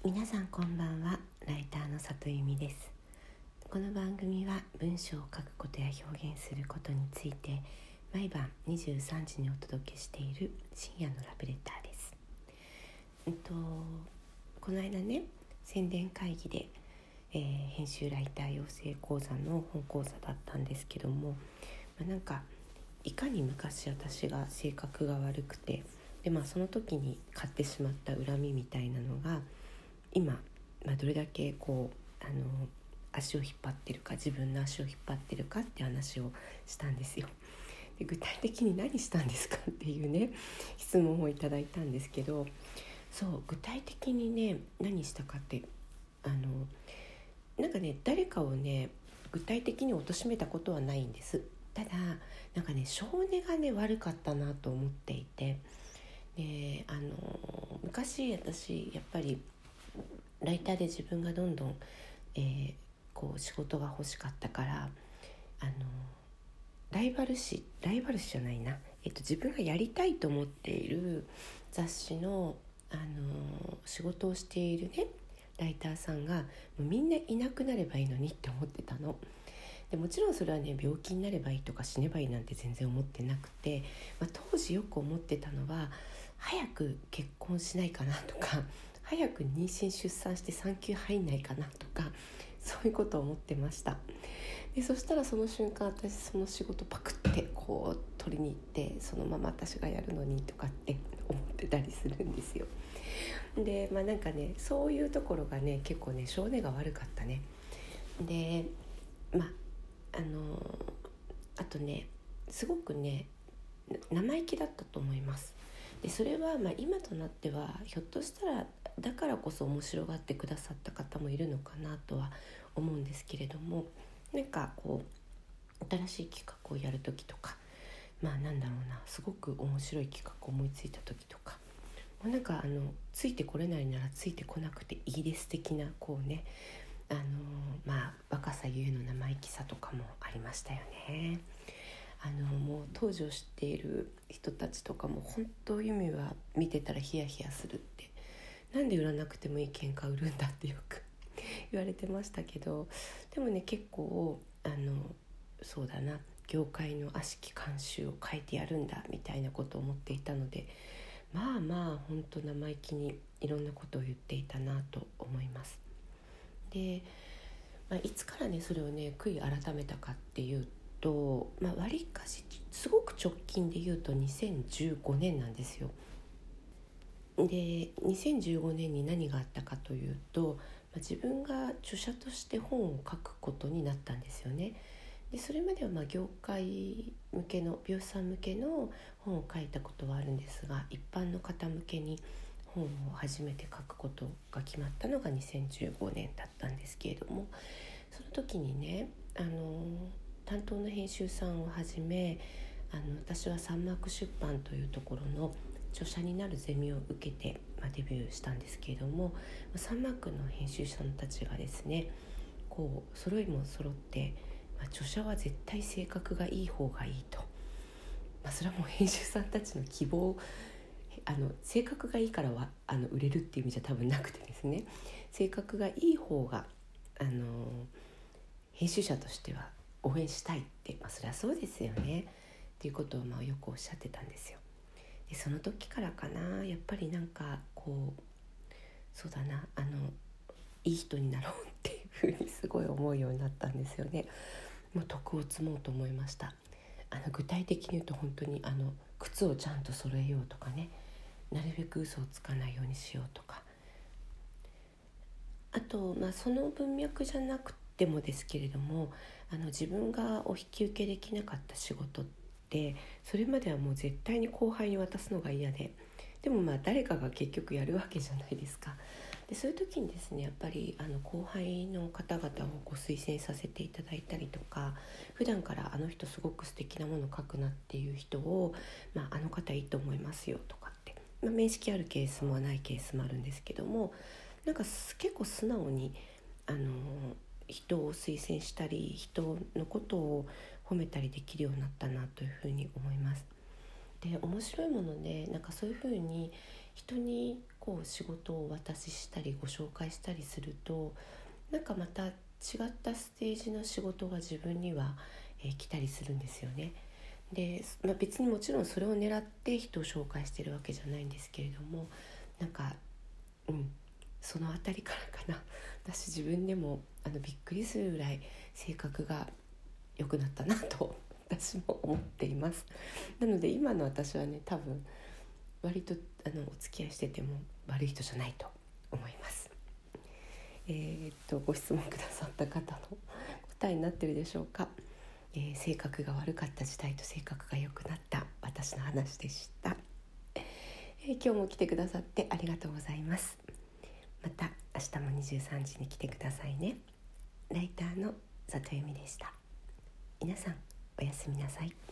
皆さんこんばんは。ライターの里由美です。この番組は文章を書くことや表現することについて毎晩23時にお届けしている深夜のラブレターです。この間ね、宣伝会議で、編集ライター養成講座の本講座だったんですけども、なんかいかに昔私が性格が悪くてで、その時に買ってしまった恨みみたいなのが今、どれだけ足を引っ張ってるか、自分の足を引っ張ってるかって話をしたんですよ。で、具体的に何したんですかっていうね質問をいただいたんですけど、具体的にね何したかって誰かをね具体的に貶めたことはないんです。ただ性根がね悪かったなと思っていて、で昔私やっぱりライターで自分がどんどん、仕事が欲しかったからライバル誌じゃないな、自分がやりたいと思っている雑誌の、仕事をしているねライターさんがもうみんないなくなればいいのにって思ってたの。でもちろんそれはね、病気になればいいとか死ねばいいなんて全然思ってなくて、当時よく思ってたのは早く結婚しないかなとか、早く妊娠出産して産休入んないかなとか、そういうことを思ってました。でそしたらその瞬間、私その仕事パクって取りに行って、そのまま私がやるのにとかって思ってたりするんですよ。でそういうところがね結構ね性根が悪かったね。であとねすごくね生意気だったと思います。でそれは今となってはひょっとしたらだからこそ面白がってくださった方もいるのかなとは思うんですけれども、新しい企画をやる時とか、すごく面白い企画を思いついた時とか、ついてこれないならついてこなくていいです的な若さゆえの生意気さとかもありましたよね。もう当時を知っている人たちとかも本当ユミは見てたらヒヤヒヤするって、なんで売らなくてもいい喧嘩売るんだってよく言われてましたけど、でもね結構そうだな、業界の悪しき慣習を変えてやるんだみたいなことを思っていたので、本当生意気にいろんなことを言っていたなと思います。で、いつからねそれをね悔い改めたかっていうと、わりかしすごく直近で言うと2015年なんですよ。で2015年に何があったかというと、自分が著者として本を書くことになったんですよね。でそれまでは業界向けの美容師さん向けの本を書いたことはあるんですが、一般の方向けに本を初めて書くことが決まったのが2015年だったんですけれども、その時にね担当の編集さんをはじめ私はサンマーク出版というところの著者になるゼミを受けて、デビューしたんですけれども、サンマークの編集者たちがですね揃いも揃って、著者は絶対性格がいい方がいいと、それはもう編集さんたちの希望、性格がいいからは売れるっていう意味じゃ多分なくてですね、性格がいい方が編集者としては応援したいって、そりゃそうですよねっていうことをよくおっしゃってたんですよ。でその時からかな、やっぱりそうだな、いい人になろうっていうふうにすごい思うようになったんですよね。もう徳を積もうと思いました。具体的に言うと本当に靴をちゃんと揃えようとかね、なるべく嘘をつかないようにしようとか、あとその文脈じゃなくてもですけれども、自分がお引き受けできなかった仕事ってそれまではもう絶対に後輩に渡すのが嫌で、でも誰かが結局やるわけじゃないですか。でそういう時にですね、やっぱり後輩の方々をご推薦させていただいたりとか、普段からあの人すごく素敵なもの書くなっていう人を、あの方いいと思いますよとかって、面識あるケースもないケースもあるんですけども、結構素直に人を推薦したり人のことを褒めたりできるようになったなというふうに思います。で面白いものでそういうふうに人にこう仕事をお渡ししたりご紹介したりすると、なんかまた違ったステージの仕事が自分には、来たりするんですよね。で、別にもちろんそれを狙って人を紹介してるわけじゃないんですけれども、なんかそのあたりからかな、私自分でもびっくりするぐらい性格が良くなったなと私も思っています。なので今の私はね、多分割とお付き合いしてても悪い人じゃないと思います。ご質問くださった方の答えになってるでしょうか。性格が悪かった時代と性格が良くなった私の話でした。今日も来てくださってありがとうございます。また明日も23時に来てくださいね。ライターの里由美でした。皆さんおやすみなさい。